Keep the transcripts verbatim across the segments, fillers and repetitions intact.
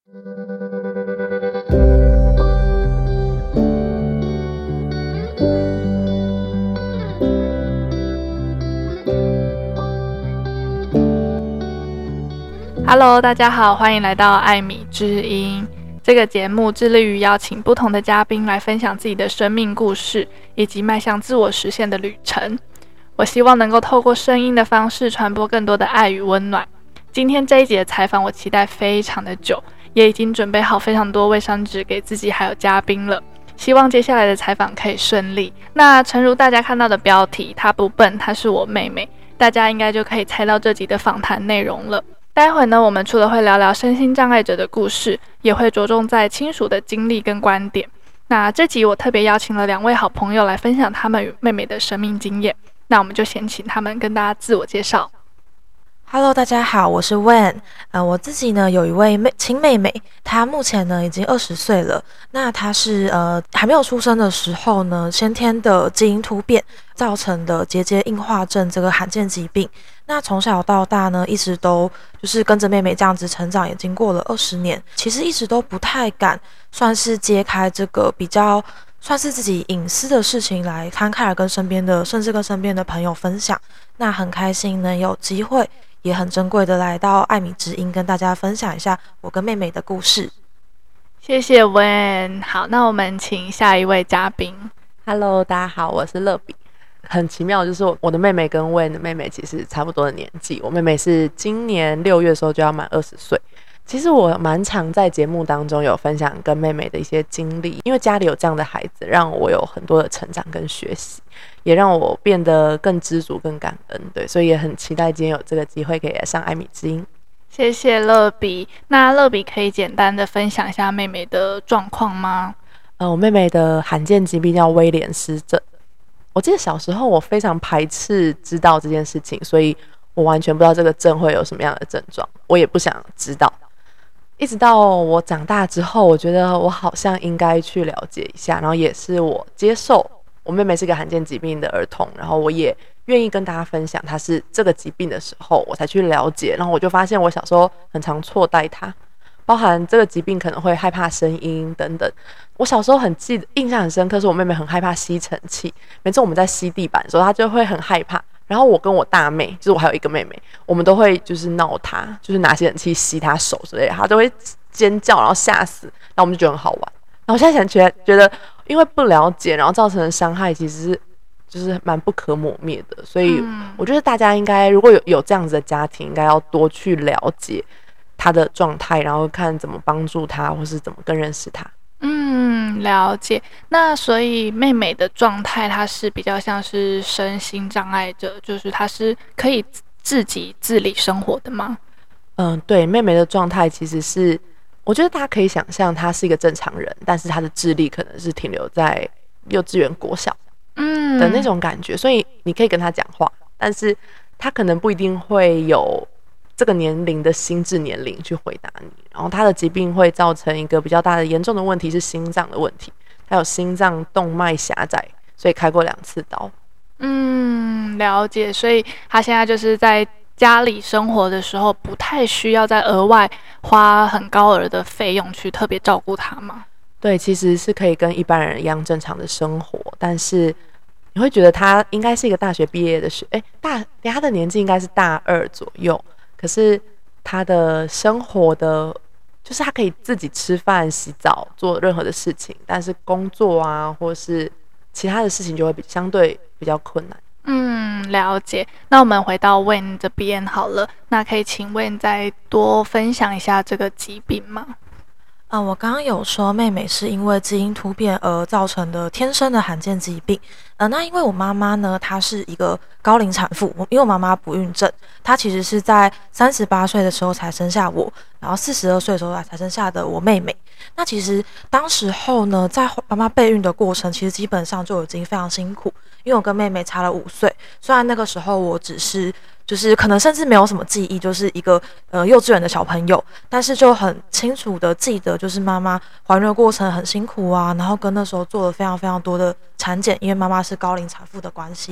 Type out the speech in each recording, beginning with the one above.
Hello， 大家好，欢迎来到艾米之音。这个节目致力于邀请不同的嘉宾来分享自己的生命故事，以及迈向自我实现的旅程。我希望能够透过声音的方式传播更多的爱与温暖。今天这一集的采访，我期待非常的久，也已经准备好非常多卫生纸给自己还有嘉宾了。希望接下来的采访可以顺利。那诚如大家看到的标题，她不笨，她是我妹妹，大家应该就可以猜到这集的访谈内容了。待会呢，我们除了会聊聊身心障碍者的故事，也会着重在亲属的经历跟观点。那这集我特别邀请了两位好朋友来分享他们与妹妹的生命经验。那我们就先请他们跟大家自我介绍。 Hello， 大家好，我是 Wen。呃，我自己呢有一位妹亲妹妹，她目前呢已经二十岁了。那她是呃还没有出生的时候呢，先天的基因突变造成的结节硬化症这个罕见疾病。那从小到大呢，一直都就是跟着妹妹这样子成长，也经过了二十年。其实一直都不太敢算是揭开这个比较算是自己隐私的事情来摊开来跟身边的，甚至跟身边的朋友分享。那很开心能有机会，也很珍贵的来到艾米之音，跟大家分享一下我跟妹妹的故事。 谢谢 Wen。 好，那我们请下一位嘉宾。 Hello， 大家好，我是乐比。很奇妙，就是我的妹妹跟 Wen 的妹妹其实差不多的年纪，我妹妹是今年六月的时候就要满二十岁。其实我蛮常在节目当中有分享跟妹妹的一些经历，因为家里有这样的孩子，让我有很多的成长跟学习，也让我变得更知足更感恩。对，所以也很期待今天有这个机会可以来上艾米之音。 谢谢乐比。那乐比可以简单的分享一下妹妹的状况吗？ 呃，我妹妹的罕见疾病叫威廉斯症。我记得小时候我非常排斥知道这件事情，所以我完全不知道这个症会有什么样的症状，我也不想知道。一直到我长大之后，我觉得我好像应该去了解一下，然后也是我接受我妹妹是一个罕见疾病的儿童，然后我也愿意跟大家分享她是这个疾病的时候，我才去了解。然后我就发现我小时候很常错待她，包含这个疾病可能会害怕声音等等。我小时候很记得印象很深刻，是我妹妹很害怕吸尘器，每次我们在吸地板的时候，她就会很害怕。然后我跟我大妹，就是我还有一个妹妹，我们都会就是闹她，就是拿吸尘器吸她手之类的，她都会尖叫，然后吓死。然后我们就觉得很好玩。然后我现在想觉得，觉得因为不了解，然后造成的伤害其实是就是蛮不可磨灭的。所以我觉得大家应该如果有有这样子的家庭，应该要多去了解她的状态，然后看怎么帮助她，或是怎么更认识她。 嗯，了解。那所以妹妹的状态，她是比较像是身心障碍者，就是她是可以自己自理生活的吗？ 嗯，对，妹妹的状态其实是，我觉得大家可以想象，她是一个正常人，但是她的智力可能是停留在幼稚园、国小嗯的那种感觉，所以你可以跟她讲话，但是她可能不一定会有这个年龄的心智年龄去回答你。然后他的疾病会造成一个比较大的严重的问题是心脏的问题，他有心脏动脉狭窄，所以开过两次刀。 嗯，了解。所以他现在就是在家里生活的时候，不太需要再额外花很高额的费用去特别照顾他吗？ 对，其实是可以跟一般人一样正常的生活，但是你会觉得他应该是一个大学毕业的学，哎，大他的年纪应该是大二左右，可是他的生活的，就是他可以自己吃饭、洗澡、做任何的事情，但是工作啊，或是其他的事情就会比相对比较困难。 嗯，了解。那我们回到 Wen 这边好了，那可以请 Wen 再多分享一下这个疾病吗？ 呃，我刚刚有说妹妹是因为基因突变而造成的天生的罕见疾病。呃，那因为我妈妈呢，她是一个高龄产妇，因为我妈妈不孕症，她其实是在三十八岁的时候才生下我，然后四十二岁的时候才生下的我妹妹。那其实当时候呢，在妈妈备孕的过程，其实基本上就已经非常辛苦，因为我跟妹妹差了五岁，虽然那个时候我只是就是可能甚至没有什么记忆，就是一个呃幼稚园的小朋友，但是就很清楚的记得，就是妈妈怀孕的过程很辛苦啊，然后跟那时候做了非常非常多的产检，因为妈妈是高龄产妇的关系。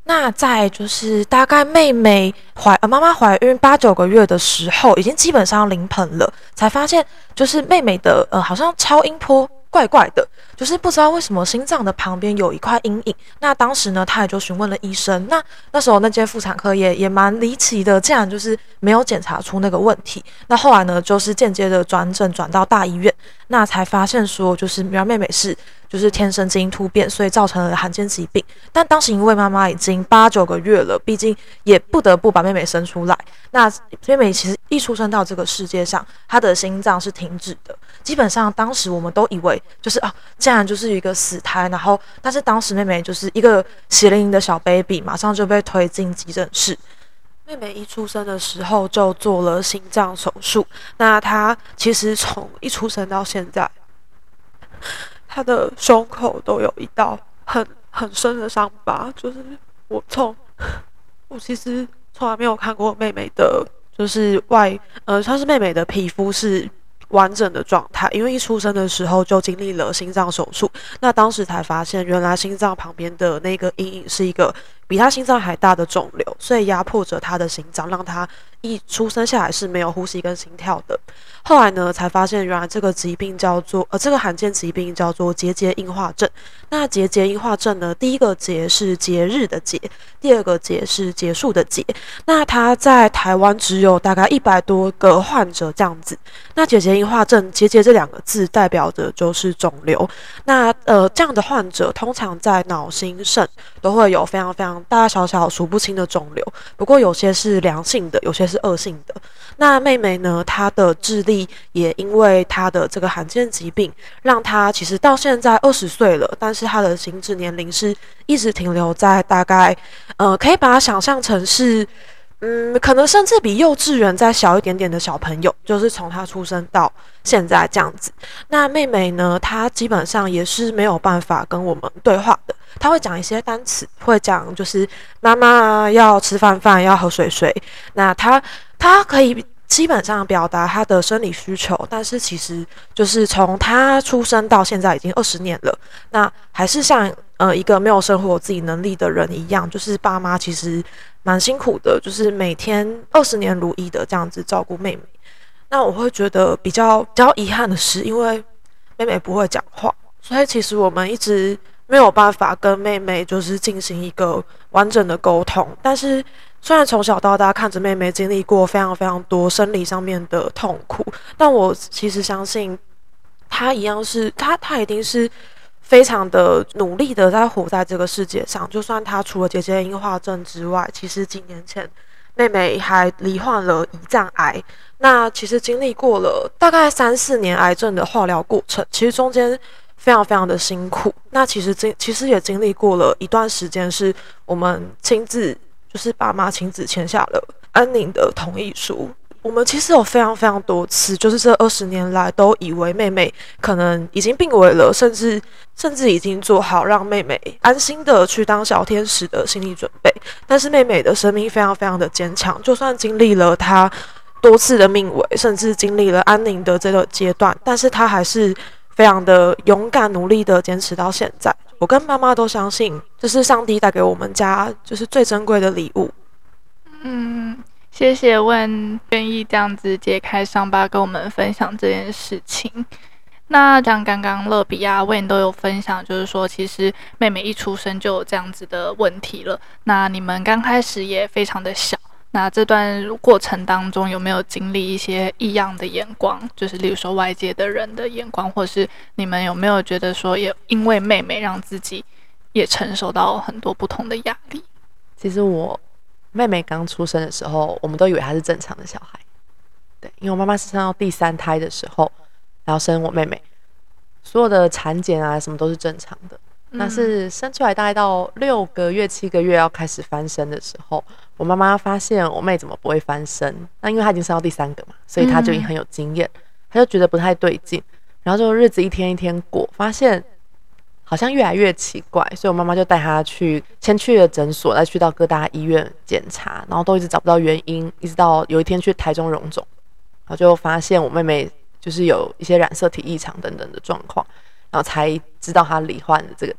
那在就是大概妹妹怀呃妈妈怀孕八九个月的时候，已经基本上临盆了，才发现就是妹妹的呃好像超音波怪怪的，就是不知道为什么心脏的旁边有一块阴影。那当时呢，她也就询问了医生。那那时候那间妇产科也也蛮离奇的，竟然就是没有检查出那个问题。那后来呢，就是间接的转诊转到大医院，那才发现说，就是原来妹妹是就是天生基因突变，所以造成了罕见疾病。但当时因为妈妈已经八九个月了，毕竟也不得不把妹妹生出来。那妹妹其实一出生到这个世界上，她的心脏是停止的。基本上当时我们都以为就是啊，竟然就是一个死胎，然后但是当时妹妹就是一个血淋淋的小 baby， 马上就被推进急诊室。妹妹一出生的时候就做了心脏手术。那她其实从一出生到现在，她的胸口都有一道很很深的伤疤，就是我从我其实从来没有看过妹妹的，就是外呃，像是妹妹的皮肤是完整的状态，因为一出生的时候就经历了心脏手术，那当时才发现原来心脏旁边的那个阴影是一个比他心脏还大的肿瘤，所以压迫着他的心脏，让他一出生下来是没有呼吸跟心跳的。后来呢，才发现原来这个疾病叫做呃，这个罕见疾病叫做结节硬化症。那结节硬化症呢，第一个节是节日的节，第二个节是结束的节。那它在台湾只有大概一百多个患者这样子。那结节硬化症，结节这两个字代表的就是肿瘤。那呃，这样的患者通常在脑、心、肾都会有非常非常大大小小数不清的肿瘤，不过有些是良性的，有些是恶性的。那妹妹呢，她的智力也因为她的这个罕见疾病，让她其实到现在二十岁了，但是她的心智年龄是一直停留在大概，呃，可以把它想象成是，嗯，可能甚至比幼稚园再小一点点的小朋友，就是从她出生到现在这样子。那妹妹呢，她基本上也是没有办法跟我们对话的，她会讲一些单词，会讲就是妈妈要吃饭饭，要喝水水。那她她可以基本上表达她的生理需求，但是其实就是从她出生到现在已经二十年了，那还是像呃一个没有生活自己能力的人一样，就是爸妈其实蛮辛苦的，就是每天二十年如一的这样子照顾妹妹。那我会觉得比较比较遗憾的是，因为妹妹不会讲话，所以其实我们一直没有办法跟妹妹就是进行一个完整的沟通。但是虽然从小到大看着妹妹经历过非常非常多生理上面的痛苦，但我其实相信她一样是她她一定是非常的努力的在活在这个世界上。就算她除了结节硬化症之外，其实几年前妹妹还罹患了胰脏癌，那其实经历过了大概三四年癌症的化疗过程，其实中间非常非常的辛苦。那其实经其实也经历过了一段时间，是我们亲自就是爸妈亲自签下了安宁的同意书。我们其实有非常非常多次，就是这二十年来都以为妹妹可能已经病危了，甚至甚至已经做好让妹妹安心的去当小天使的心理准备。但是妹妹的生命非常非常的坚强，就算经历了她多次的命危，甚至经历了安宁的这个阶段，但是她还是非常的勇敢努力的坚持到现在。我跟妈妈都相信，这是上帝带给我们家就是最珍贵的礼物。 嗯，谢谢问愿意这样子揭开伤疤跟我们分享这件事情。那像刚刚乐比啊、Wayne 都有分享，就是说其实妹妹一出生就有这样子的问题了。那你们刚开始也非常的小，那这段过程当中有没有经历一些异样的眼光？就是例如说外界的人的眼光，或是你们有没有觉得说也因为妹妹让自己也承受到很多不同的压力？ 其实我妹妹刚出生的时候，我们都以为她是正常的小孩，对，因为我妈妈是生到第三胎的时候，然后生我妹妹，所有的产检啊什么都是正常的。 嗯、 但是生出来大概到六个月、七个月要开始翻身的时候，我妈妈发现我妹怎么不会翻身？那因为她已经生到第三个嘛，所以她就已经很有经验，她就觉得不太对劲，然后就日子一天一天过，发现好像越来越奇怪，所以我妈妈就带她去，先去了诊所，再去到各大医院检查，然后都一直找不到原因，一直到有一天去台中荣总，然后就发现我妹妹就是有一些染色体异常等等的状况，然后才知道她罹患了这个疾病。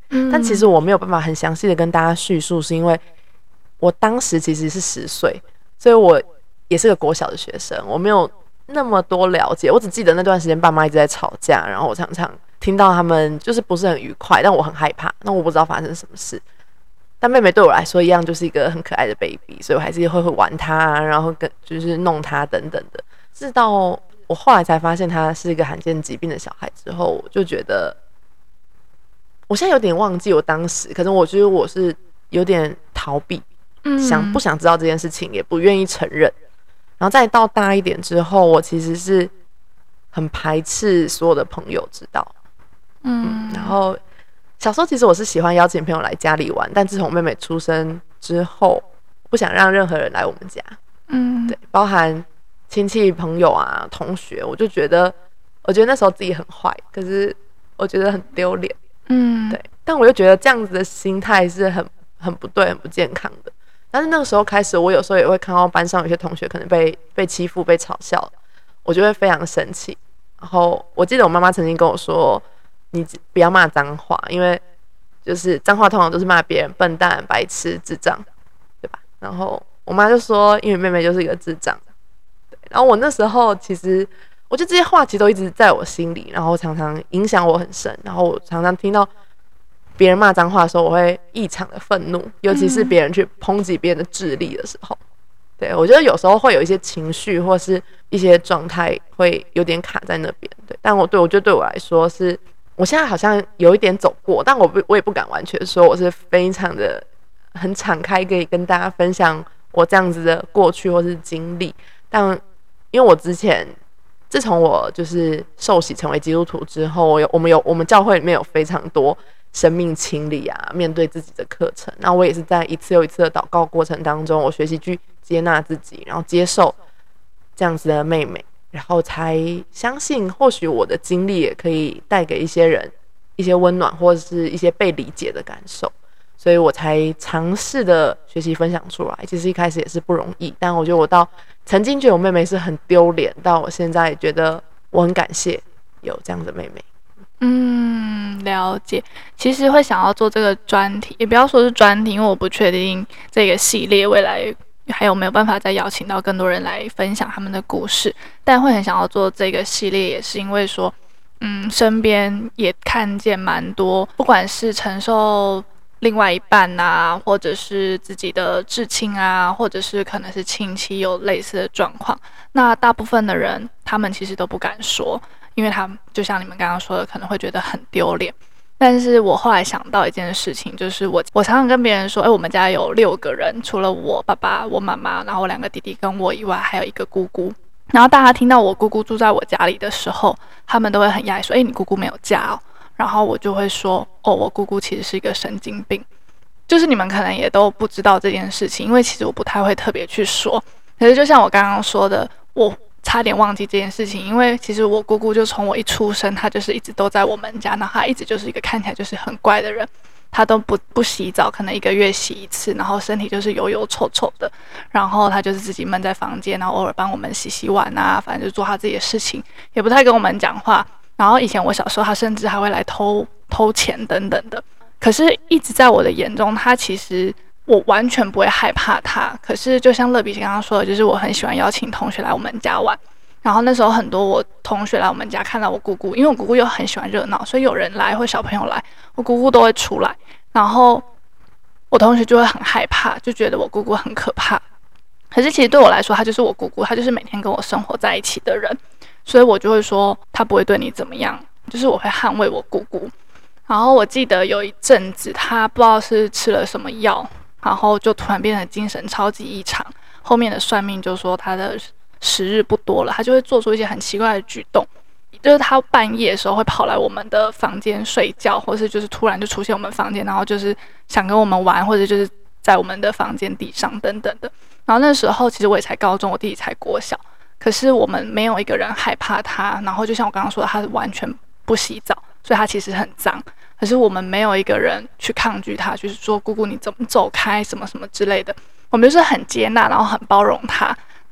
嗯， 但其实我没有办法很详细的跟大家叙述，是因为我当时其实是十岁，所以我也是个国小的学生，我没有那么多了解，我只记得那段时间爸妈一直在吵架，然后我常常听到他们就是不是很愉快，但我很害怕，那我不知道发生什么事。但妹妹对我来说一样就是一个很可爱的 baby， 所以我还是会会玩她，然后跟就是弄她等等的。直到我后来才发现她是一个罕见疾病的小孩之后，我就觉得，我现在有点忘记我当时，可是我觉得我是有点逃避， 嗯， 想不想知道这件事情，也不愿意承认。然后再到大一点之后，我其实是很排斥所有的朋友知道，嗯，然后。小时候其实我是喜欢邀请朋友来家里玩，但自从妹妹出生之后，不想让任何人来我们家， 嗯， 对，包含亲戚朋友啊、同学，我就觉得，我觉得那时候自己很坏，可是我觉得很丢脸， 嗯， 对，但我又觉得这样子的心态是很很不对、很不健康的。但是那个时候开始，我有时候也会看到班上有些同学可能被被欺负、被嘲笑，我就会非常生气。然后我记得我妈妈曾经跟我说，你不要骂脏话，因为就是脏话通常都是骂别人笨蛋、白痴、智障，对吧？然后我妈就说，因为妹妹就是一个智障，对。然后我那时候其实，我觉得这些话其实都一直在我心里，然后常常影响我很深。然后我常常听到别人骂脏话的时候，我会异常的愤怒，尤其是别人去抨击别人的智力的时候。对，我觉得有时候会有一些情绪或是一些状态会有点卡在那边，对。但我对我觉得对我来说是。我现在好像有一点走过，但我不我也不敢完全说我是非常的很敞开，可以跟大家分享我这样子的过去或是经历。但因为我之前，自从我就是受洗成为基督徒之后，我有我们有我们教会里面有非常多生命清理啊，面对自己的课程。那我也是在一次又一次的祷告过程当中，我学习去接纳自己，然后接受这样子的妹妹。然后才相信，或许我的经历也可以带给一些人一些温暖，或者是一些被理解的感受，所以我才尝试的学习分享出来。其实一开始也是不容易，但我觉得我到曾经觉得我妹妹是很丢脸，到我现在觉得我很感谢有这样的妹妹。 嗯，了解。其实会想要做这个专题，也不要说是专题，因为我不确定这个系列未来还有没有办法再邀请到更多人来分享他们的故事，但会很想要做这个系列，也是因为说，嗯，身边也看见蛮多，不管是承受另外一半啊，或者是自己的至亲啊，或者是可能是亲戚有类似的状况，那大部分的人他们其实都不敢说，因为他们就像你们刚刚说的，可能会觉得很丢脸。但是我后来想到一件事情，就是我我常常跟别人说，哎，我们家有六个人，除了我爸爸、我妈妈，然后我两个弟弟跟我以外，还有一个姑姑。然后大家听到我姑姑住在我家里的时候，他们都会很讶异说，哎，你姑姑没有嫁哦？然后我就会说，哦，我姑姑其实是一个神经病。就是你们可能也都不知道这件事情，因为其实我不太会特别去说。可是就像我刚刚说的，我差点忘记这件事情，因为其实我姑姑就从我一出生，她就是一直都在我们家，然后她一直就是一个看起来就是很怪的人，她都不不洗澡，可能一个月洗一次，然后身体就是油油臭臭的，然后她就是自己闷在房间，然后偶尔帮我们洗洗碗啊，反正就做她自己的事情，也不太跟我们讲话。然后以前我小时候，她甚至还会来偷偷钱等等的。可是，一直在我的眼中，她其实我完全不会害怕他。可是就像乐比刚刚说的，就是我很喜欢邀请同学来我们家玩，然后那时候很多我同学来我们家看到我姑姑，因为我姑姑又很喜欢热闹，所以有人来或小朋友来，我姑姑都会出来，然后我同学就会很害怕，就觉得我姑姑很可怕。可是其实对我来说，她就是我姑姑，她就是每天跟我生活在一起的人，所以我就会说她不会对你怎么样，就是我会捍卫我姑姑。然后我记得有一阵子，她不知道是吃了什么药，然后就突然变得精神超级异常。后面的算命就说她的时日不多了，她就会做出一些很奇怪的举动，就是她半夜的时候会跑来我们的房间睡觉，或是就是突然就出现我们房间，然后就是想跟我们玩，或者就是在我们的房间地上等等的。然后那时候其实我也才高中，我弟弟才国小，可是我们没有一个人害怕他。然后就像我刚刚说的，他完全不洗澡，所以他其实很脏。可是我们没有一个人去抗拒他，就是说姑姑你怎么走开什么什么之类的。我们就是很接纳，然后很包容他。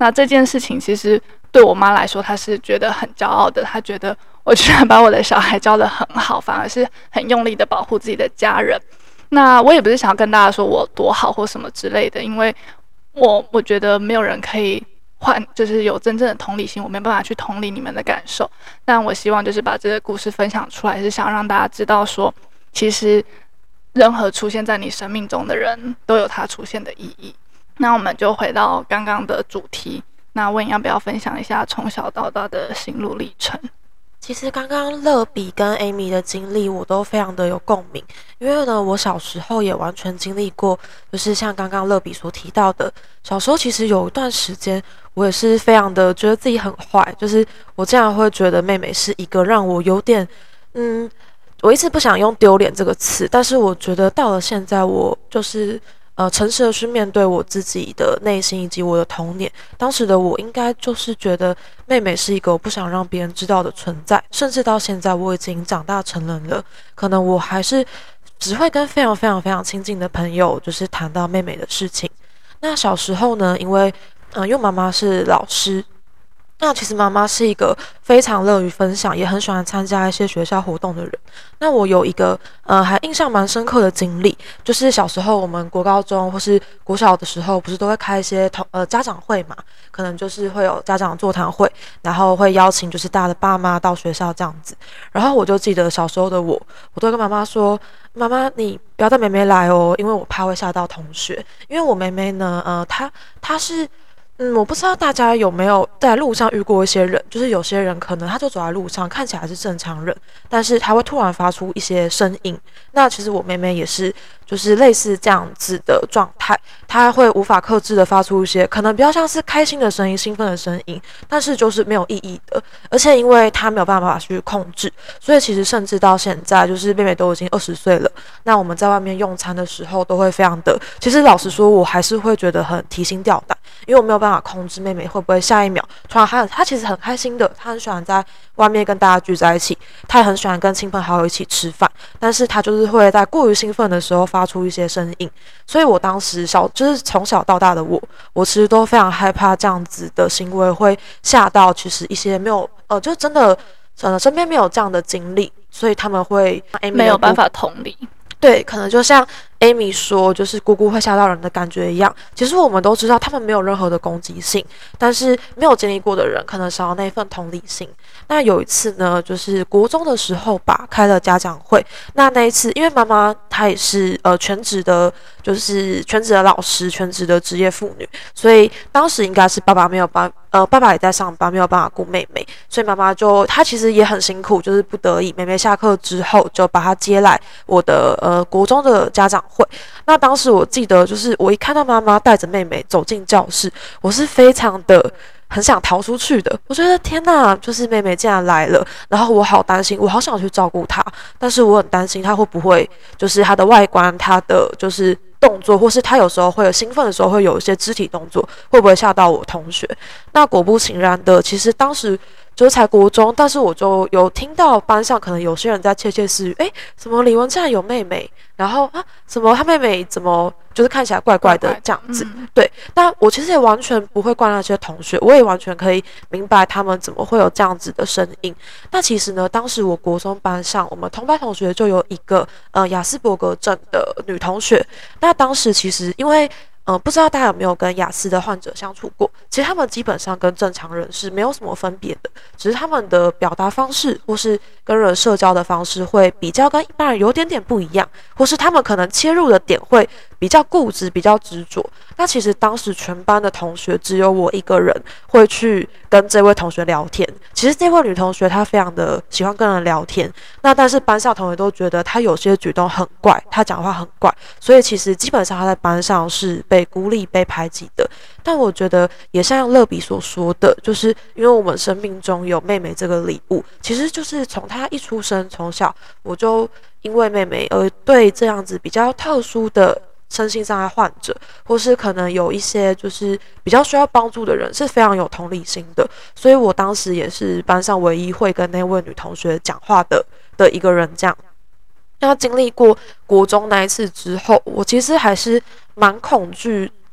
那这件事情其实对我妈来说，她是觉得很骄傲的，她觉得我居然把我的小孩教得很好，反而是很用力的保护自己的家人。那我也不是想要跟大家说我多好或什么之类的，因为我我觉得没有人可以换，就是有真正的同理心，我没办法去同理你们的感受。但我希望就是把这个故事分享出来，是想让大家知道说，其实任何出现在你生命中的人都有他出现的意义。那我们就回到刚刚的主题，那问要不要分享一下从小到大的心路历程？ 其实刚刚乐比跟 Amy 的经历我都非常的有共鸣，因为呢我小时候也完全经历过，就是像刚刚乐比所提到的，小时候其实有一段时间我也是非常的觉得自己很坏，就是我这样会觉得妹妹是一个让我有点嗯，我一直不想用丢脸这个词，但是我觉得到了现在我就是呃，诚实的去面对我自己的内心以及我的童年。当时的我应该就是觉得妹妹是一个我不想让别人知道的存在，甚至到现在我已经长大成人了，可能我还是只会跟非常非常非常亲近的朋友就是谈到妹妹的事情。那小时候呢，因为嗯、呃，因为妈妈是老师，那其实妈妈是一个非常乐于分享，也很喜欢参加一些学校活动的人。那我有一个呃还印象蛮深刻的经历，就是小时候我们国高中或是国小的时候，不是都会开一些同呃家长会嘛？可能就是会有家长座谈会，然后会邀请就是大家的爸妈到学校这样子。然后我就记得小时候的我，我都会跟妈妈说：“妈妈，你不要带妹妹来哦，因为我怕会吓到同学。因为我妹妹呢，呃，她她是。”嗯，我不知道大家有没有在路上遇过一些人，就是有些人可能他就走在路上，看起来是正常人，但是他会突然发出一些声音。那其实我妹妹也是，就是类似这样子的状态，她会无法克制的发出一些可能比较像是开心的声音、兴奋的声音，但是就是没有意义的。而且因为她没有办法去控制，所以其实甚至到现在，就是妹妹都已经二十岁了，那我们在外面用餐的时候都会非常的，其实老实说，我还是会觉得很提心吊胆，因为我没有办法控制妹妹会不会下一秒突然她她其实很开心的，她很喜欢在外面跟大家聚在一起，她也很喜欢跟亲朋好友一起吃饭，但是她就是会在过于兴奋的时候发出一些声音。所以我当时小就是从小到大的我，我其实都非常害怕这样子的行为会吓到其实一些没有呃就真的呃身边没有这样的经历，所以他们会没有办法同理。 对，可能就像 Amy 说，就是姑姑会吓到人的感觉一样。其实我们都知道，他们没有任何的攻击性，但是没有经历过的人，可能少了那份同理心。那有一次呢，就是国中的时候吧，开了家长会。那那一次，因为妈妈她也是呃全职的，就是全职的老师，全职的职业妇女，所以当时应该是爸爸没有办，呃，爸爸也在上班，没有办法顾妹妹，所以妈妈就她其实也很辛苦，就是不得已，妹妹下课之后就把她接来我的呃。呃，国中的家长会，那当时我记得，就是我一看到妈妈带着妹妹走进教室，我是非常的很想逃出去的。我觉得天哪，就是妹妹竟然来了，然后我好担心，我好想去照顾她，但是我很担心她会不会，就是她的外观，她的就是动作，或是她有时候会有兴奋的时候会有一些肢体动作，会不会吓到我同学？那果不其然的，其实当时。就是才国中，但是我就有听到班上可能有些人在窃窃私语，哎，怎么李文竟然有妹妹？然后啊，怎么他妹妹怎么就是看起来怪怪的这样子？嗯、对，但我其实也完全不会怪那些同学，我也完全可以明白他们怎么会有这样子的声音。那其实呢，当时我国中班上，我们同班同学就有一个呃亚斯伯格症的女同学。那当时其实因为呃，不知道大家有没有跟亚斯的患者相处过？其实他们基本上跟正常人是没有什么分别的，只是他们的表达方式或是跟人社交的方式会比较跟一般人有点点不一样，或是他们可能切入的点会比较固执、比较执着。那其实当时全班的同学只有我一个人会去跟这位同学聊天。其实这位女同学她非常的喜欢跟人聊天，那但是班上同学都觉得她有些举动很怪，她讲话很怪，所以其实基本上她在班上是被孤立、被排挤的。但我觉得也像乐比所说的，就是因为我们生命中有妹妹这个礼物，其实就是从她一出生，从小我就因为妹妹而对这样子比较特殊的身心障碍患者，或是可能有一些就是比较需要帮助的人，是非常有同理心的。所以我当时也是班上唯一会跟那位女同学讲话的的一个人。这样，那经历过国中那一次之后，我其实还是蛮恐惧让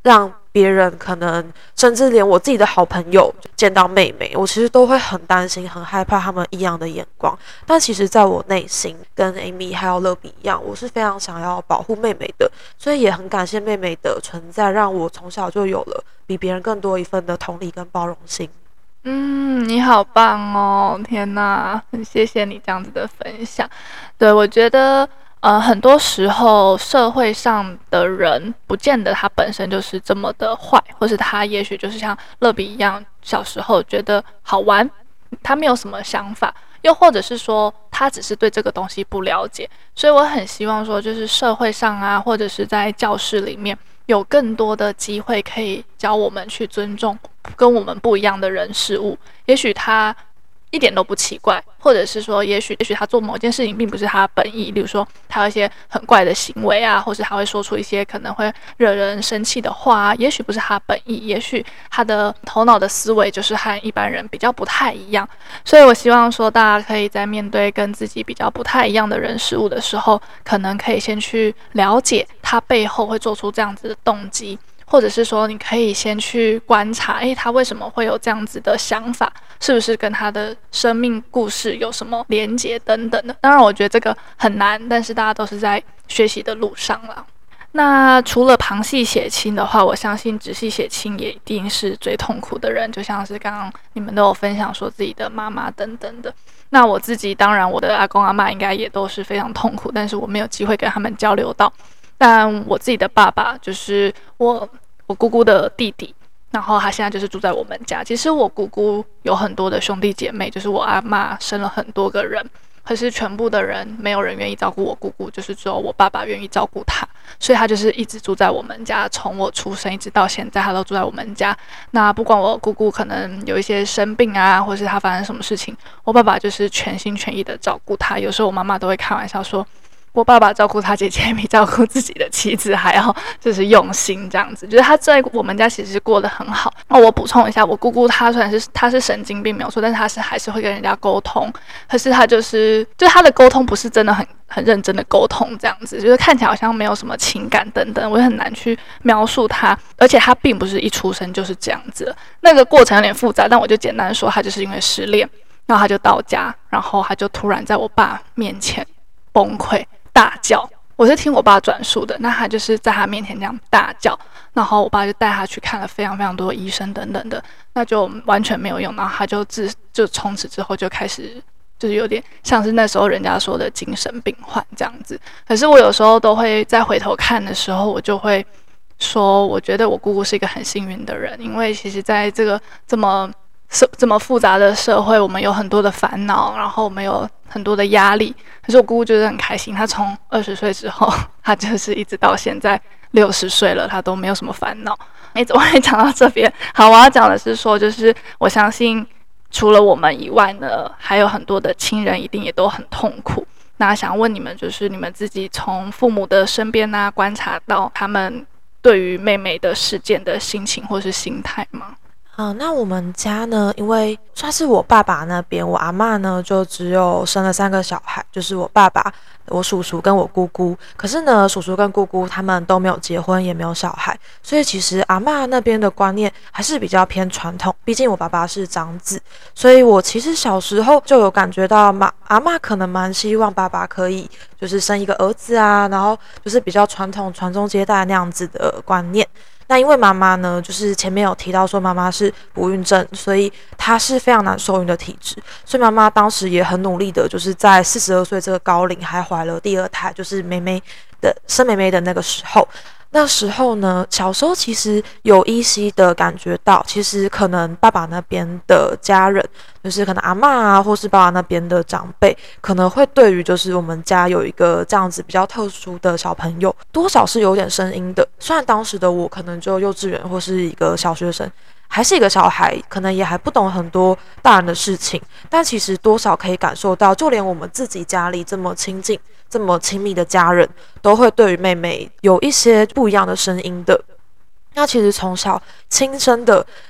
别人可能甚至连我自己的好朋友见到妹妹，我其实都会很担心很害怕他们异样的眼光，但其实在我内心跟 Amy 还有乐比一样，我是非常想要保护妹妹的，所以也很感谢妹妹的存在，让我从小就有了比别人更多一份的同理跟包容心。 嗯，你好棒哦！天哪，很谢谢你这样子的分享。对，我觉得呃，很多时候社会上的人不见得他本身就是这么的坏，或是他也许就是像乐比一样，小时候觉得好玩，他没有什么想法，又或者是说他只是对这个东西不了解。所以我很希望说，就是社会上啊，或者是在教室里面，有更多的机会可以教我们去尊重跟我们不一样的人事物。也许他一点都不奇怪，或者是说也许也许他做某件事情并不是他本意，例如说他有一些很怪的行为啊，或是他会说出一些可能会惹人生气的话啊，也许不是他本意，也许他的头脑的思维就是和一般人比较不太一样。所以我希望说大家可以在面对跟自己比较不太一样的人事物的时候，可能可以先去了解他背后会做出这样子的动机，或者是说你可以先去观察，诶，他为什么会有这样子的想法，是不是跟他的生命故事有什么连结等等的。当然我觉得这个很难，但是大家都是在学习的路上啦。那除了旁系血亲的话，我相信直系血亲也一定是最痛苦的人，就像是刚刚你们都有分享说自己的妈妈等等的。那我自己当然我的阿公阿嬷应该也都是非常痛苦，但是我没有机会跟他们交流到。但我自己的爸爸就是我我姑姑的弟弟，然后他现在就是住在我们家。其实我姑姑有很多的兄弟姐妹，就是我阿嬷生了很多个人，可是全部的人没有人愿意照顾我姑姑，就是只有我爸爸愿意照顾她，所以他就是一直住在我们家，从我出生一直到现在他都住在我们家。那不管我姑姑可能有一些生病啊，或是他发生什么事情，我爸爸就是全心全意的照顾他。有时候我妈妈都会开玩笑说，我爸爸照顾他姐姐比照顾自己的妻子还要就是用心这样子，就是他在我们家其实过得很好。那我补充一下，我姑姑她虽然是她是神经病没有错，但是她是还是会跟人家沟通，可是她就是就是她的沟通不是真的很很认真的沟通这样子，就是看起来好像没有什么情感等等，我也很难去描述她。而且她并不是一出生就是这样子，那个过程有点复杂，但我就简单说，她就是因为失恋，然后她就到家，然后她就突然在我爸面前崩溃大叫。我是听我爸转述的，那他就是在他面前这样大叫，然后我爸就带他去看了非常非常多的医生等等的，那就完全没有用，然后他就自就从此之后就开始就是有点像是那时候人家说的精神病患这样子。可是我有时候都会再回头看的时候，我就会说，我觉得我姑姑是一个很幸运的人，因为其实在这个这么这么复杂的社会，我们有很多的烦恼，然后我们有很多的压力。可是我姑姑就是很开心，她从二十岁之后，她就是一直到现在六十岁了，她都没有什么烦恼。哎，怎么会讲到这边？好，我要讲的是说，就是我相信除了我们以外呢，还有很多的亲人一定也都很痛苦。那想问你们，就是你们自己从父母的身边啊观察到他们对于妹妹的事件的心情或是心态吗？ 嗯，那我们家呢，因为算是我爸爸那边，我阿嬷呢就只有生了三个小孩，就是我爸爸、我叔叔跟我姑姑。可是呢，叔叔跟姑姑他们都没有结婚，也没有小孩，所以其实阿嬷那边的观念还是比较偏传统。毕竟我爸爸是长子，所以我其实小时候就有感觉到妈阿嬷可能蛮希望爸爸可以就是生一个儿子啊，然后就是比较传统传宗接代那样子的观念。那因为妈妈呢，就是前面有提到说妈妈是不孕症，所以她是非常难受孕的体质，所以妈妈当时也很努力的，就是在四十二岁这个高龄还怀了第二胎，就是妹妹的生妹妹的那个时候。那时候呢，小时候其实有依稀的感觉到，其实可能爸爸那边的家人，就是可能阿嬷啊，或是爸爸那边的长辈，可能会对于就是我们家有一个这样子比较特殊的小朋友，多少是有点声音的。虽然当时的我可能就幼稚园或是一个小学生，还是一个小孩，可能也还不懂很多大人的事情，但其实多少可以感受到，就连我们自己家里这么亲近、这么亲密的家人，都会对于妹妹有一些不一样的声音的。那其实从小亲身的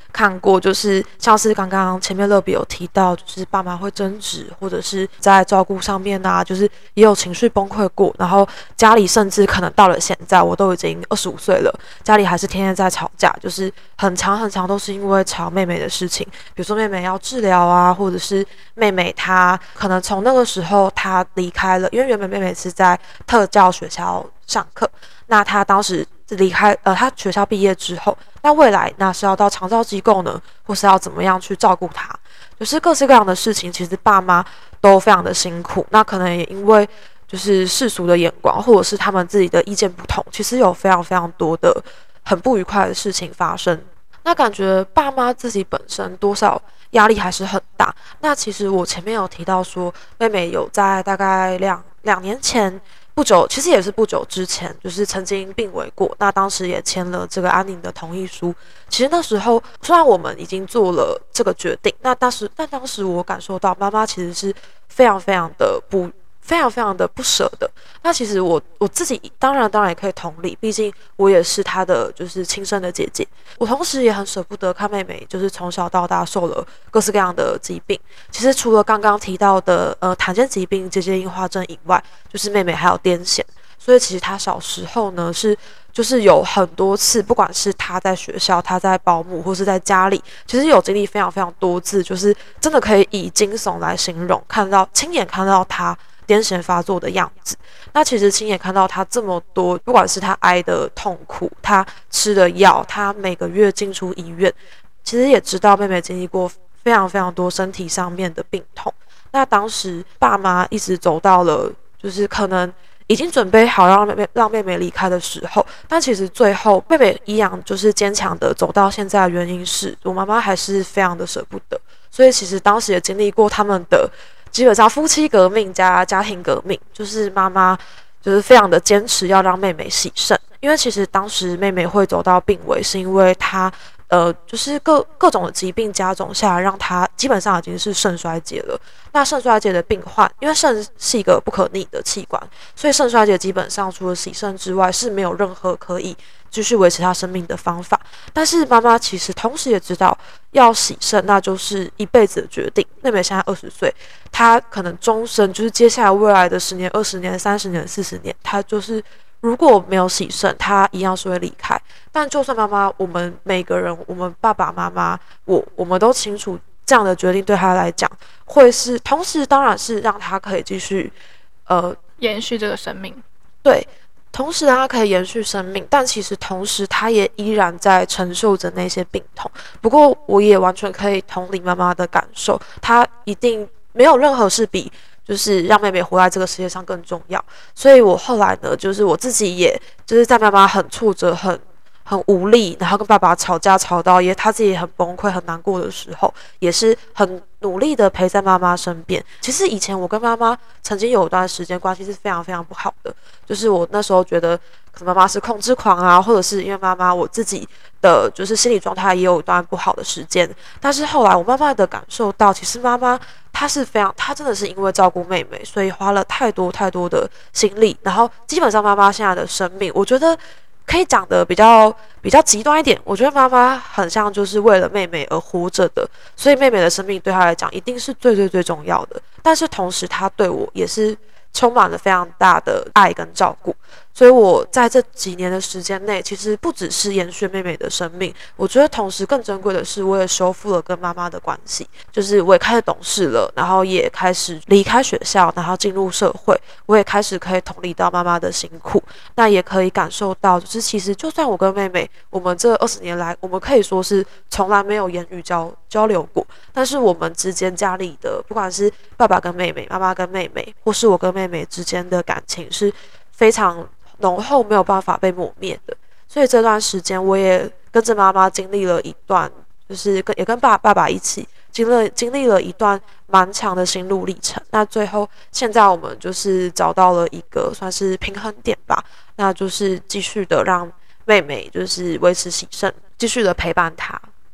看过，就是像是刚刚前面乐比有提到，就是爸妈会争执，或者是在照顾上面啊，就是也有情绪崩溃过，然后家里甚至可能到了现在，我都已经二十五岁了，家里还是天天在吵架，就是很长很长都是因为吵妹妹的事情，比如说妹妹要治疗啊，或者是妹妹她可能从那个时候她离开了，因为原本妹妹是在特教学校上课，那她当时离开呃，她学校毕业之后，那未来那是要到长照机构呢，或是要怎么样去照顾她，就是各式各样的事情，其实爸妈都非常的辛苦。那可能也因为就是世俗的眼光，或者是他们自己的意见不同，其实有非常非常多的很不愉快的事情发生。那感觉爸妈自己本身多少压力还是很大。那其实我前面有提到说，妹妹有在大概两两年前。不久，其实也是不久之前，就是曾经病危过。那当时也签了这个安宁的同意书。其实那时候，虽然我们已经做了这个决定，那当时，但当时我感受到妈妈其实是非常非常的不。非常非常的不舍的。那其实我我自己当然当然也可以同理，毕竟我也是她的就是亲生的姐姐。我同时也很舍不得看妹妹，就是从小到大受了各式各样的疾病。其实除了刚刚提到的呃罕见疾病结节硬化症以外，就是妹妹还有癫痫。所以其实她小时候呢是就是有很多次，不管是她在学校、她在保姆或是在家里，其实有经历非常非常多次，就是真的可以以惊悚来形容，看到亲眼看到她癫痫发作的样子。那其实亲眼看到他这么多，不管是他挨的痛苦，他吃的药，他每个月进出医院，其实也知道妹妹经历过非常非常多身体上面的病痛。那当时爸妈一直走到了就是可能已经准备好让妹妹让妹妹离开的时候，但其实最后妹妹一样就是坚强的走到现在的原因是我妈妈还是非常的舍不得。所以其实当时也经历过他们的基本上夫妻革命加家庭革命，就是妈妈就是非常的坚持要让妹妹洗肾，因为其实当时妹妹会走到病危，是因为她呃就是各各种的疾病加总下来，让她基本上已经是肾衰竭了。那肾衰竭的病患，因为肾是一个不可逆的器官，所以肾衰竭基本上除了洗肾之外是没有任何可以继续维持她生命的方法。但是妈妈其实同时也知道要洗肾那就是一辈子的决定。妹妹现在二十岁，她可能终身就是接下来未来的十年、二十年、三十年、四十年，她就是如果没有洗肾，她一样是会离开。但就算妈妈，我们每个人，我们爸爸妈妈，我我们都清楚，这样的决定对她来讲，会是同时当然是让她可以继续呃延续这个生命。 对。同时让他可以延续生命，但其实同时他也依然在承受着那些病痛。不过我也完全可以同理妈妈的感受，她一定没有任何事比就是让妹妹活在这个世界上更重要。所以我后来呢，就是我自己也就是在妈妈很挫折、很很无力，然后跟爸爸吵架吵到也他自己也很崩溃、很难过的时候，也是很努力的陪在妈妈身边。其实以前我跟妈妈曾经有一段时间关系是非常非常不好的，就是我那时候觉得可能妈妈是控制狂啊，或者是因为妈妈我自己的就是心理状态也有一段不好的时间。但是后来我慢慢的感受到，其实妈妈她是非常，她真的是因为照顾妹妹，所以花了太多太多的心力。然后基本上妈妈现在的生命，我觉得可以讲的比较比较极端一点，我觉得妈妈很像就是为了妹妹而活着的，所以妹妹的生命对她来讲一定是最最最重要的。但是同时她对我也是充满了非常大的爱跟照顾。所以我在这几年的时间内，其实不只是延续妹妹的生命，我觉得同时更珍贵的是，我也修复了跟妈妈的关系，就是我也开始懂事了，然后也开始离开学校，然后进入社会，我也开始可以同理到妈妈的辛苦，那也可以感受到，就是其实就算我跟妹妹，我们这二十年来，我们可以说是从来没有言语交交流过，但是我们之间家里的，不管是爸爸跟妹妹、妈妈跟妹妹，或是我跟妹妹之间的感情是非常浓厚，没有办法被抹灭的。所以这段时间我也跟着妈妈经历了一段，就是跟也跟爸爸爸一起经历经历了一段蛮长的心路历程。那最后现在我们就是找到了一个算是平衡点吧，那就是继续的让妹妹就是维持喜肾，继续的陪伴她。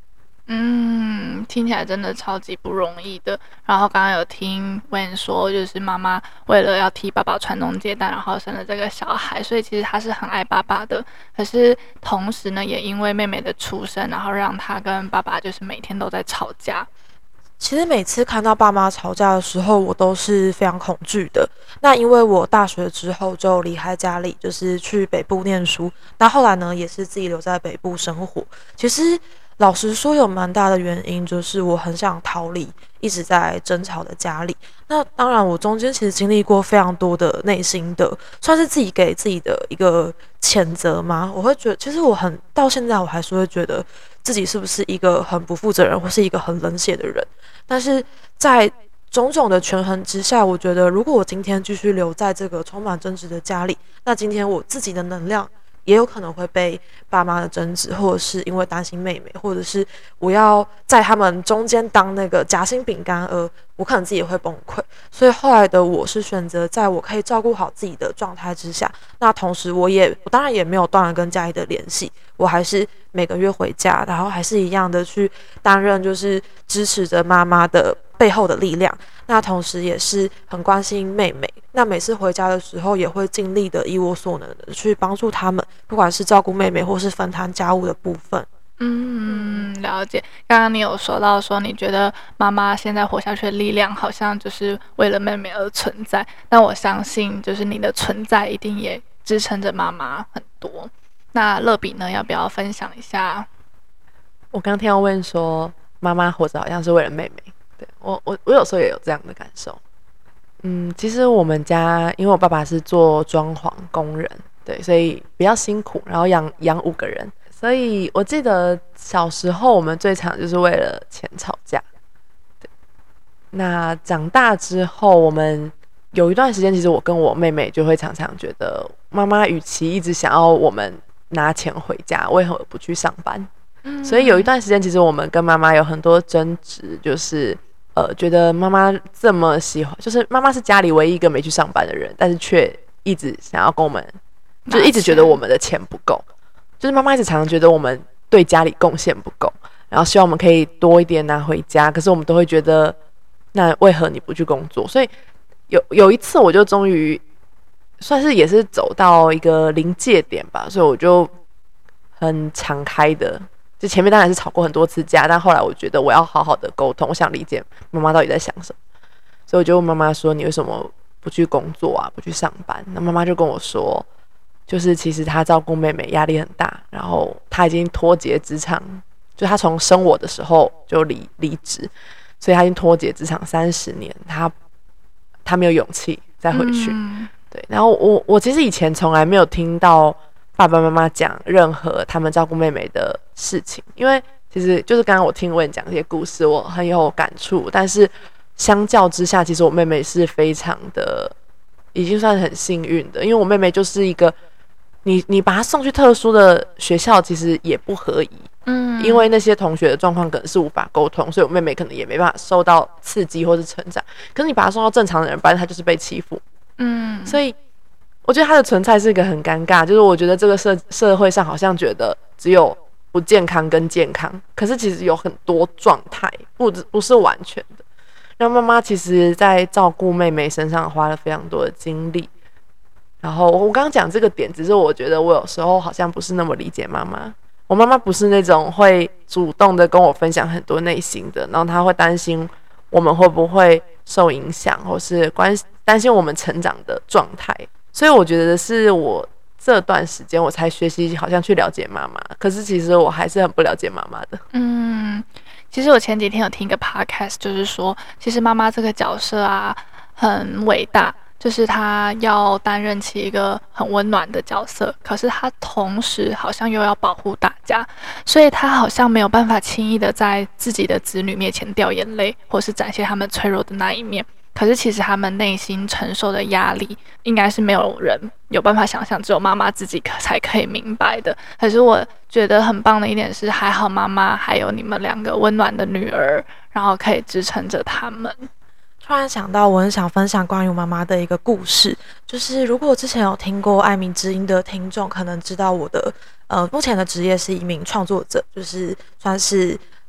嗯，听起来真的超级不容易的。然后刚刚有听 Wen 说，就是妈妈为了要替爸爸传宗接代，然后生了这个小孩，所以其实她是很爱爸爸的。可是同时呢，也因为妹妹的出生，然后让她跟爸爸就是每天都在吵架。 其实每次看到爸妈吵架的时候，我都是非常恐惧的。那因为我大学之后就离开家里，就是去北部念书。那后来呢，也是自己留在北部生活。其实老实说，有蛮大的原因就是我很想逃离一直在争吵的家里。那当然，我中间其实经历过非常多的内心的，算是自己给自己的一个谴责吗？我会觉得，其实我很到现在，我还是会觉得自己是不是一个很不负责任或是一个很冷血的人。但是在种种的权衡之下，我觉得如果我今天继续留在这个充满争执的家里，那今天我自己的能量也有可能会被爸妈的争执，或者是因为担心妹妹，或者是我要在他们中间当那个夹心饼干，而我可能自己也会崩溃。所以后来的我是选择在我可以照顾好自己的状态之下，那同时我也我当然也没有断了跟家里的联系，我还是每个月回家，然后还是一样的去担任就是支持着妈妈的背后的力量。那同时也是很关心妹妹，那每次回家的时候也会尽力的以我所能的去帮助他们，不管是照顾妹妹或是分摊家务的部分。 嗯，了解。刚刚你有说到说，你觉得妈妈现在活下去的力量，好像就是为了妹妹而存在。但我相信，就是你的存在一定也支撑着妈妈很多。那乐比呢，要不要分享一下？ 我刚听到问说，妈妈活着好像是为了妹妹。对，我我我有时候也有这样的感受。嗯，其实我们家因为我爸爸是做装潢工人，对，所以比较辛苦，然后养养五个人。所以我记得小时候我们最常就是为了钱吵架。对，那长大之后，我们有一段时间，其实我跟我妹妹就会常常觉得，妈妈与其一直想要我们拿钱回家，为何不去上班？嗯、所以有一段时间，其实我们跟妈妈有很多争执，就是呃，觉得妈妈这么喜欢，就是妈妈是家里唯一一个没去上班的人，但是却一直想要跟我们，就是一直觉得我们的钱不够。就是妈妈一直常常觉得我们对家里贡献不够，然后希望我们可以多一点拿回家，可是我们都会觉得，那为何你不去工作？所以有有一次，我就终于算是也是走到一个临界点吧，所以我就很敞开的，就前面当然是吵过很多次架，但后来我觉得我要好好的沟通，我想理解妈妈到底在想什么，所以我就问妈妈说：“你为什么不去工作啊？不去上班？”那妈妈就跟我说。就是其实他照顾妹妹压力很大，然后他已经脱节职场，就他从生我的时候就离离职，所以他已经脱节职场三十年，他他没有勇气再回去。嗯、对，然后我我其实以前从来没有听到爸爸妈妈讲任何他们照顾妹妹的事情，因为其实就是刚刚我听Wen讲这些故事，我很有感触，但是相较之下，其实我妹妹是非常的，已经算很幸运的，因为我妹妹就是一个。你你把他送去特殊的学校，其实也不合宜，嗯，因为那些同学的状况可能是无法沟通，所以我妹妹可能也没办法受到刺激或是成长。可是你把他送到正常的人班，他就是被欺负，嗯，所以我觉得他的存在是一个很尴尬，就是我觉得这个社社会上好像觉得只有不健康跟健康，可是其实有很多状态，不不是完全的。那妈妈其实在照顾妹妹身上花了非常多的精力。然后我刚刚讲这个点，只是我觉得我有时候好像不是那么理解妈妈。我妈妈不是那种会主动的跟我分享很多内心的，然后她会担心我们会不会受影响，或是关担心我们成长的状态。所以我觉得是我这段时间我才学习好像去了解妈妈，可是其实我还是很不了解妈妈的。 嗯，其实我前几天有听一个 podcast， 就是说，其实妈妈这个角色啊很伟大。就是他要担任起一个很温暖的角色，可是他同时好像又要保护大家，所以他好像没有办法轻易的在自己的子女面前掉眼泪，或是展现他们脆弱的那一面。可是其实他们内心承受的压力，应该是没有人有办法想象，只有妈妈自己才可以明白的。可是我觉得很棒的一点是，还好妈妈还有你们两个温暖的女儿，然后可以支撑着他们。 突然想到，我很想分享关于妈妈的一个故事。就是如果之前有听过艾米之音的听众，可能知道我的呃目前的职业是一名创作者，就是算是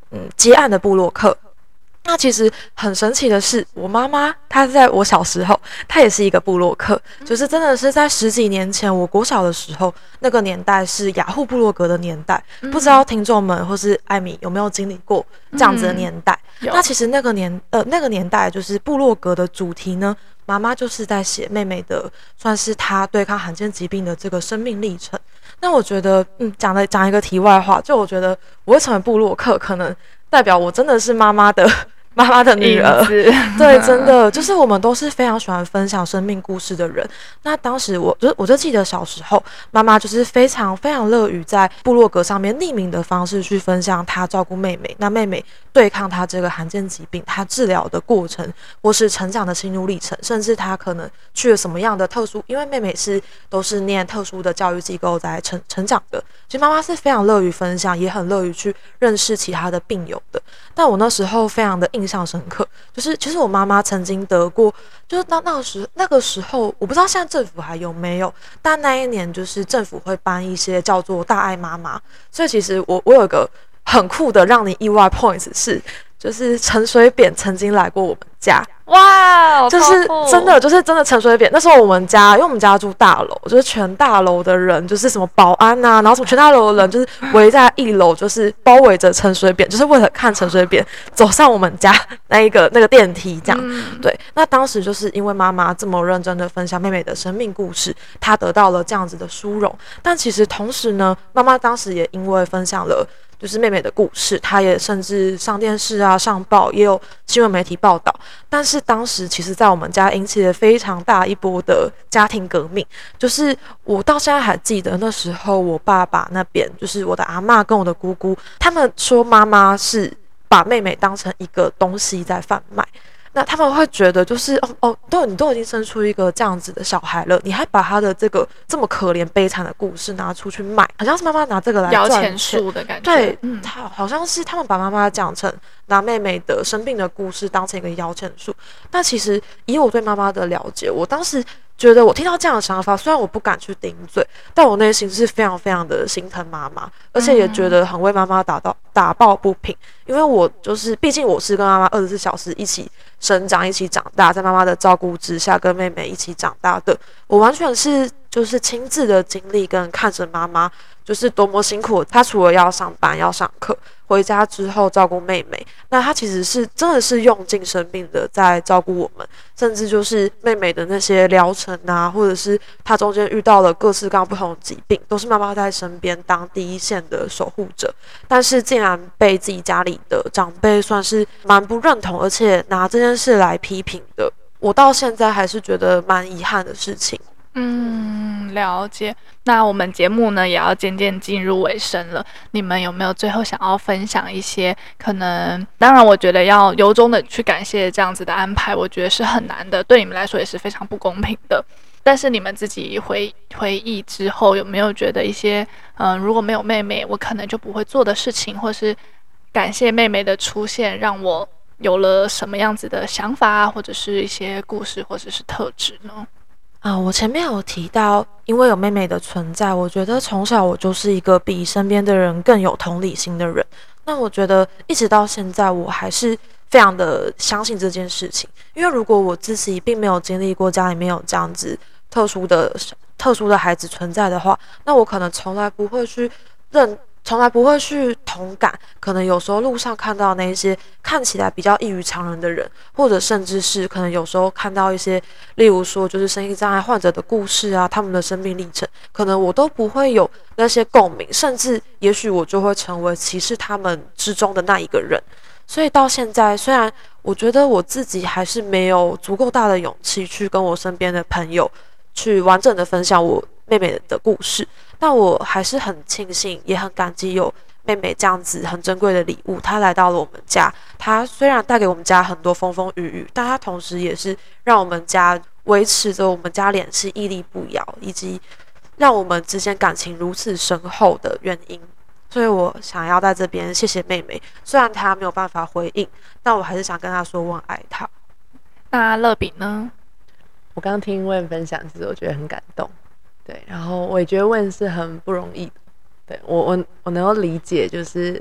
嗯接案的部落客。那其实很神奇的是，我妈妈她在我小时候，她也是一个部落客，就是真的是在十几年前，我国小的时候，那个年代是雅虎部落格的年代，嗯、不知道听众们或是艾米有没有经历过这样子的年代？嗯、那其实那个年呃那个年代就是部落格的主题呢，妈妈就是在写妹妹的，算是她对抗罕见疾病的这个生命历程。那我觉得，嗯，讲的讲一个题外话，就我觉得我会成为部落客，可能代表我真的是妈妈的。妈妈的女儿，对，真的就是我们都是非常喜欢分享生命故事的人。那当时我就我就记得小时候，妈妈就是非常非常乐于在部落格上面匿名的方式去分享她照顾妹妹，那妹妹对抗她这个罕见疾病，她治疗的过程，或是成长的心路历程，甚至她可能去了什么样的特殊，因为妹妹是都是念特殊的教育机构在成成长的，其实妈妈是非常乐于分享，也很乐于去认识其他的病友的。但我那时候非常的印象深刻，就是其实我妈妈曾经得过，就是到那个时那个时候，我不知道现在政府还有没有，但那一年就是政府会颁一些叫做大爱妈妈，所以其实我我有一个很酷的让你意外 points 是，就是陈水扁曾经来过我们家。 哇， 就是真的，就是真的陈水扁。那时候我们家，因为我们家住大楼，就是全大楼的人，就是什么保安啊，然后什么全大楼的人，就是围在一楼，就是包围着陈水扁，就是为了看陈水扁走上我们家那一个那个电梯这样。嗯、对，那当时就是因为妈妈这么认真的分享妹妹的生命故事，她得到了这样子的殊荣。但其实同时呢，妈妈当时也因为分享了就是妹妹的故事，她也甚至上电视啊、上报，也有新闻媒体报道。但是当时其实在我们家引起了非常大一波的家庭革命，就是我到现在还记得那时候我爸爸那边，就是我的阿嬷跟我的姑姑，他们说妈妈是把妹妹当成一个东西在贩卖。那他们会觉得就是哦哦，都你都已经生出一个这样子的小孩了，你还把他的这个这么可怜悲惨的故事拿出去卖，好像是妈妈拿这个来赚钱，摇钱树的感觉。 对，嗯，他好像是他们把妈妈讲成拿妹妹的生病的故事当成一个摇钱树。但其实以我对妈妈的了解，我当时觉得我听到这样的想法，虽然我不敢去顶嘴，但我内心是非常非常的心疼妈妈，而且也觉得很为妈妈打到打抱不平，因为我就是毕竟我是跟妈妈二十四小时一起生长、一起长大，在妈妈的照顾之下跟妹妹一起长大的，我完全是就是亲自的经历跟看着妈妈就是多么辛苦，她除了要上班要上课，回家之后照顾妹妹，那她其实是真的是用尽生命的在照顾我们，甚至就是妹妹的那些疗程啊，或者是她中间遇到了各式各样不同的疾病，都是妈妈在身边当第一线的守护者。但是竟然被自己家里的长辈算是蛮不认同，而且拿这件事来批评的，我到现在还是觉得蛮遗憾的事情。 嗯，了解。那我们节目呢也要渐渐进入尾声了，你们有没有最后想要分享一些可能，当然我觉得要由衷的去感谢这样子的安排，我觉得是很难的，对你们来说也是非常不公平的。但是你们自己回回忆之后，有没有觉得一些嗯、呃，如果没有妹妹我可能就不会做的事情，或是感谢妹妹的出现让我有了什么样子的想法啊，或者是一些故事或者是特质呢？ 啊，我前面有提到，因为有妹妹的存在，我觉得从小我就是一个比身边的人更有同理心的人。那我觉得一直到现在，我还是非常的相信这件事情。因为如果我自己并没有经历过家里面有这样子特殊的特殊的孩子存在的话，那我可能从来不会去认。从来不会去同感，可能有时候路上看到那些看起来比较异于常人的人，或者甚至是可能有时候看到一些，例如说就是身心障碍患者的故事啊，他们的生命历程，可能我都不会有那些共鸣，甚至也许我就会成为歧视他们之中的那一个人。所以到现在，虽然我觉得我自己还是没有足够大的勇气去跟我身边的朋友去完整的分享我妹妹的故事，但我还是很庆幸，也很感激有妹妹这样子很珍贵的礼物。她来到了我们家，她虽然带给我们家很多风风雨雨，但她同时也是让我们家维持着我们家联系屹立不摇，以及让我们之间感情如此深厚的原因。所以我想要在这边谢谢妹妹，虽然她没有办法回应，但我还是想跟她说我很爱她。 那乐比呢？ 我刚刚听问分享，其实我觉得很感动。对，然后我也觉得问是很不容易的。对，我我我能够理解，就是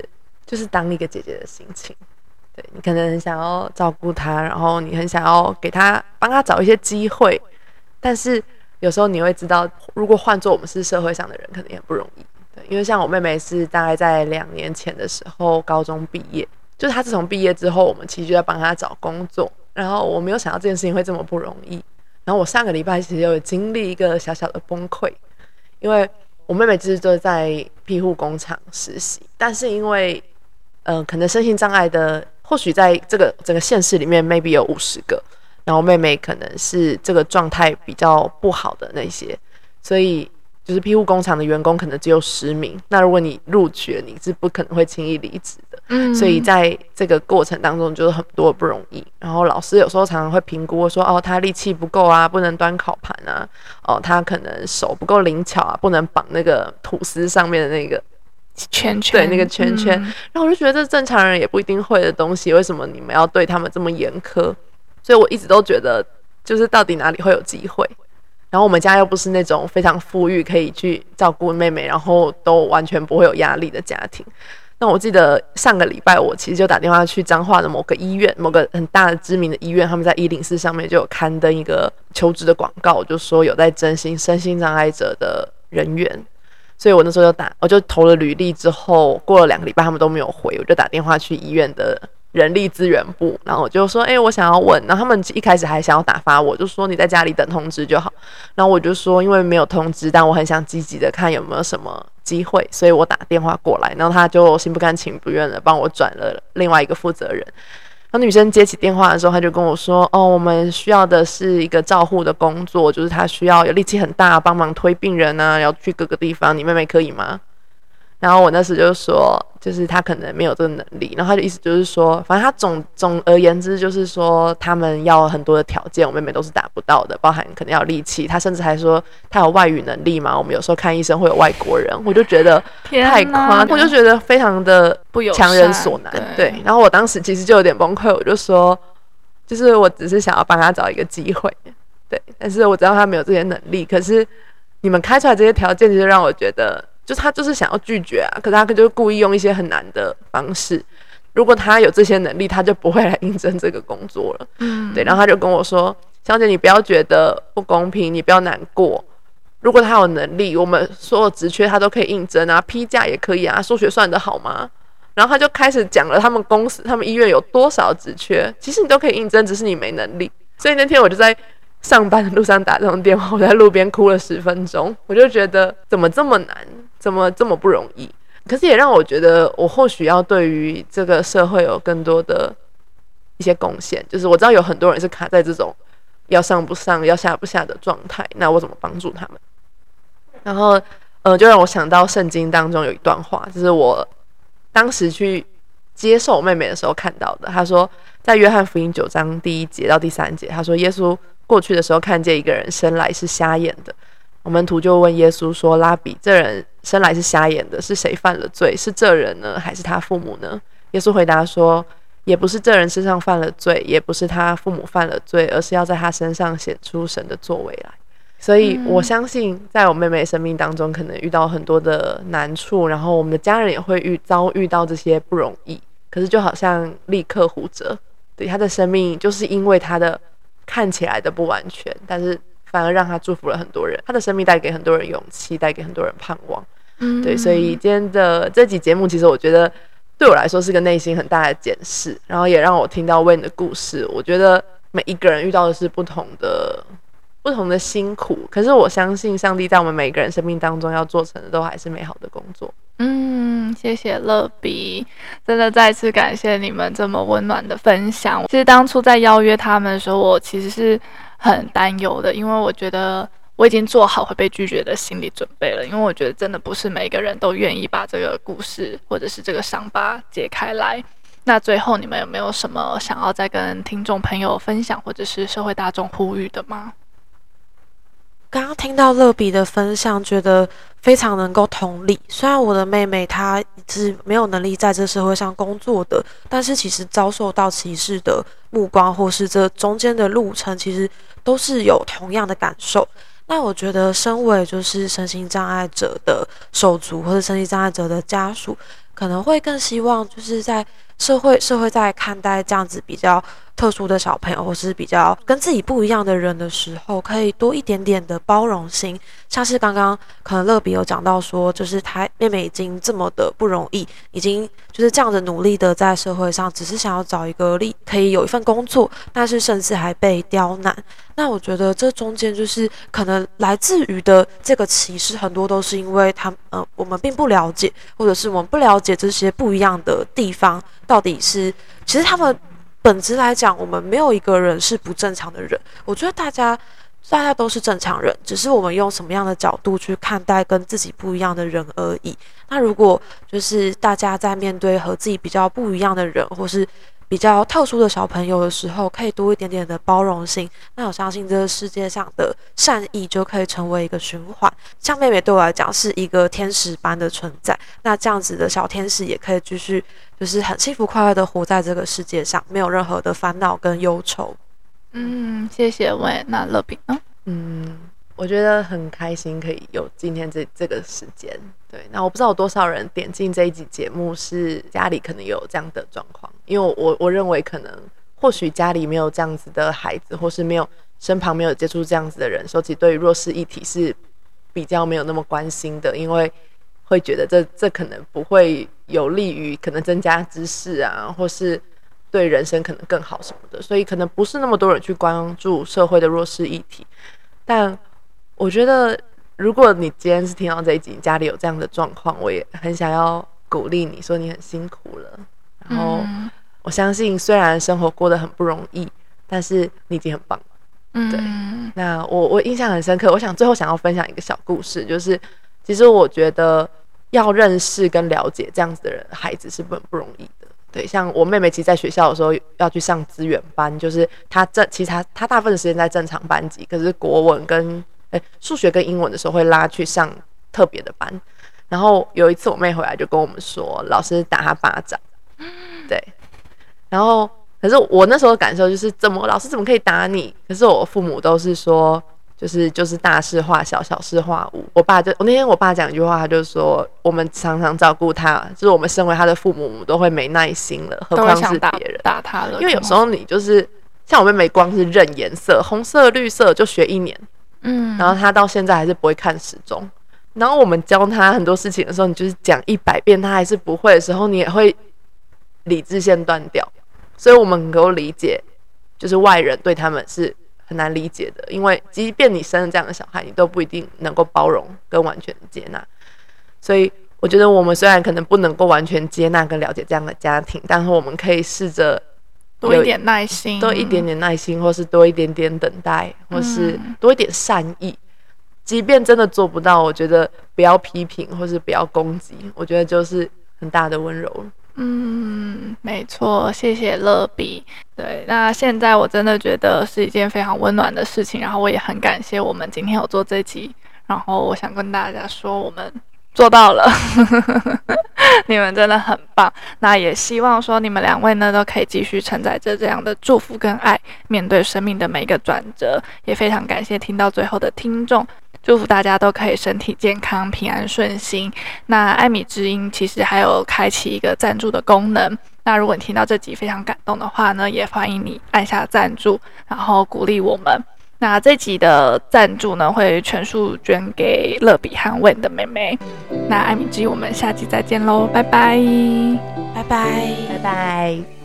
就是当一个姐姐的心情。对，你可能很想要照顾她，然后你很想要给她帮她找一些机会，但是有时候你会知道，如果换做我们是社会上的人，可能也不容易。对，因为像我妹妹是大概在两年前的时候高中毕业，就是她自从毕业之后，我们其实就在帮她找工作，然后我没有想到这件事情会这么不容易。然后我上个礼拜其实有经历一个小小的崩溃，因为我妹妹其实就在庇护工厂实习，但是因为呃可能身心障碍的，或许在这个整个县市里面 maybe 有五十个，然后妹妹可能是这个状态比较不好的那些，所以就是庇护工厂的员工可能只有十名，那如果你录取了，你是不可能会轻易离职的。嗯，所以在这个过程当中就是很多不容易。然后老师有时候常常会评估说，哦，他力气不够啊，不能端烤盘啊，哦，他可能手不够灵巧啊，不能绑那个吐司上面的那个圈圈， 对，那个圈圈。嗯、然后我就觉得这正常人也不一定会的东西，为什么你们要对他们这么严苛？所以我一直都觉得，就是到底哪里会有机会？然后我们家又不是那种非常富裕，可以去照顾妹妹，然后都完全不会有压力的家庭。那我记得上个礼拜，我其实就打电话去彰化的某个医院，某个很大的知名的医院，他们在一零四上面就有刊登一个求职的广告，就说有在征询身心障碍者的人员。所以我那时候就打，我就投了履历之后，过了两个礼拜他们都没有回，我就打电话去医院的人力资源部，然后我就说，哎、欸，我想要问，然后他们一开始还想要打发我，就说你在家里等通知就好。然后我就说，因为没有通知，但我很想积极的看有没有什么机会，所以我打电话过来，然后他就心不甘情不愿的帮我转了另外一个负责人。然后女生接起电话的时候，她就跟我说，哦，我们需要的是一个照护的工作，就是她需要有力气很大，帮忙推病人啊，要去各个地方，你妹妹可以吗？然后我那时就说，就是他可能没有这个能力，然后他就意思就是说，反正他总总而言之就是说，他们要很多的条件，我妹妹都是达不到的，包含可能要有力气，他甚至还说他有外语能力嘛，我们有时候看医生会有外国人，我就觉得太夸张，我就觉得非常的强人所难，对。对，然后我当时其实就有点崩溃，我就说，就是我只是想要帮他找一个机会，对，但是我知道他没有这些能力，可是你们开出来这些条件，其实让我觉得。就是他就是想要拒绝啊，可是他就故意用一些很难的方式。如果他有这些能力，他就不会来应征这个工作了。嗯，对。然后他就跟我说：“小姐，你不要觉得不公平，你不要难过。如果他有能力，我们所有职缺他都可以应征啊，批假也可以啊，数学算得好吗？”然后他就开始讲了他们公司、他们医院有多少职缺，其实你都可以应征，只是你没能力。所以那天我就在上班的路上打这种电话，我在路边哭了十分钟，我就觉得怎么这么难。怎么这么不容易？可是也让我觉得，我或许要对于这个社会有更多的一些贡献。就是我知道有很多人是卡在这种要上不上、要下不下的状态，那我怎么帮助他们？然后，呃，就让我想到圣经当中有一段话，就是我当时去接受我妹妹的时候看到的。他说，在约翰福音九章第一节到第三节，他说耶稣过去的时候看见一个人生来是瞎眼的。我门徒就问耶稣说：“拉比，这人生来是瞎眼的，是谁犯了罪？是这人呢，还是他父母呢？”耶稣回答说：“也不是这人身上犯了罪，也不是他父母犯了罪，而是要在他身上显出神的作为来。”所以我相信，在我妹妹生命当中，可能遇到很多的难处，然后我们的家人也会遇遭遇到这些不容易。可是就好像立刻胡哲，对他的生命，就是因为他的看起来的不完全，但是反而让他祝福了很多人，他的生命带给很多人勇气，带给很多人盼望。嗯，对，所以今天的这集节目，其实我觉得对我来说是个内心很大的检视，然后也让我听到 Wayne 的故事。我觉得每一个人遇到的是不同的、不同的辛苦，可是我相信上帝在我们每一个人生命当中要做成的，都还是美好的工作。 嗯，谢谢乐比，真的再次感谢你们这么温暖的分享。其实当初在邀约他们的时候，我其实是很担忧的，因为我觉得我已经做好会被拒绝的心理准备了，因为我觉得真的不是每个人都愿意把这个故事或者是这个伤疤解开来。那最后你们有没有什么想要再跟听众朋友分享，或者是社会大众呼吁的吗？ 刚刚听到乐比的分享，觉得非常能够同理。虽然我的妹妹她是没有能力在这社会上工作的，但是其实遭受到歧视的目光，或是这中间的路程，其实都是有同样的感受。那我觉得，身为就是身心障碍者的手足或者身心障碍者的家属， 可能会更希望就是在社会社会在看待这样子比较特殊的小朋友，或是比较跟自己不一样的人的时候，可以多一点点的包容心。像是刚刚可能乐比有讲到说，就是他妹妹已经这么的不容易，已经就是这样的努力的在社会上，只是想要找一个力可以有一份工作，但是甚至还被刁难。那我觉得这中间就是可能来自于的这个歧视，很多都是因为他呃我们并不了解，或者是我们不了解这些不一样的地方到底是，其实他们本质来讲，我们没有一个人是不正常的人。我觉得大家大家都是正常人，只是我们用什么样的角度去看待跟自己不一样的人而已。那如果就是大家在面对和自己比较不一样的人，或是比较特殊的小朋友的时候，可以多一点点的包容性。那我相信这个世界上的善意就可以成为一个循环。像妹妹对我来讲是一个天使般的存在，那这样子的小天使也可以继续就是很幸福快乐的活在这个世界上，没有任何的烦恼跟忧愁。 嗯，谢谢喂。那乐比呢？ 嗯，我觉得很开心可以有今天这这个时间。对，那我不知道有多少人点进这一集节目是家里可能有这样的状况，因为我我认为可能或许家里没有这样子的孩子，或是没有身旁没有接触这样子的人，所以其实对于弱势议题是比较没有那么关心的，因为会觉得这这可能不会有利于可能增加知识啊，或是对人生可能更好什么的，所以可能不是那么多人去关注社会的弱势议题。但我觉得如果你今天是听到这一集，你家里有这样的状况，我也很想要鼓励你说你很辛苦了，然后我相信虽然生活过得很不容易，但是你已经很棒了。 嗯， 对，那我我印象很深刻，我想最后想要分享一个小故事，就是其实我觉得要认识跟了解这样子的人孩子是很不容易的。对，像我妹妹其实在学校的时候要去上资源班，就是她正其实她她大部分的时间在正常班级，可是国文跟诶数学跟英文的时候会拉去上特别的班。然后有一次我妹回来就跟我们说，老师打她巴掌。对，然后可是我那时候的感受就是，怎么老师怎么可以打你？可是我父母都是说，就是就是大事化小，小事化无。我爸就我那天我爸讲一句话，他就说我们常常照顾他，就是我们身为他的父母，我们都会没耐心了，何况是别人打, 打他了。 因为有时候你就是像我妹妹，光是认颜色，红色、绿色就学一年，嗯，然后他到现在还是不会看时钟。然后我们教他很多事情的时候，你就是讲一百遍，他还是不会的时候，你也会理智线断掉。所以我们能够理解，就是外人对他们是很难理解的，因为即便你生了这样的小孩，你都不一定能够包容跟完全接纳。所以我觉得我们虽然可能不能够完全接纳跟了解这样的家庭，但是我们可以试着多一点耐心， 多一点点耐心，或是多一点点等待，或是多一点善意。嗯，即便真的做不到，我觉得不要批评或是不要攻击，我觉得就是很大的温柔了。 嗯，没错，谢谢乐比。对，那现在我真的觉得是一件非常温暖的事情，然后我也很感谢我们今天有做这集，然后我想跟大家说，我们做到了，你们真的很棒。那也希望说你们两位呢都可以继续承载着这样的祝福跟爱，面对生命的每一个转折。也非常感谢听到最后的听众。祝福大家都可以身体健康、平安顺心。那艾米之音其实还有开启一个赞助的功能。那如果你听到这集非常感动的话呢，也欢迎你按下赞助，然后鼓励我们。那这集的赞助呢，会全数捐给乐比和Wen的妹妹。那艾米之音，我们下集再见喽，拜拜， 拜拜， 拜拜。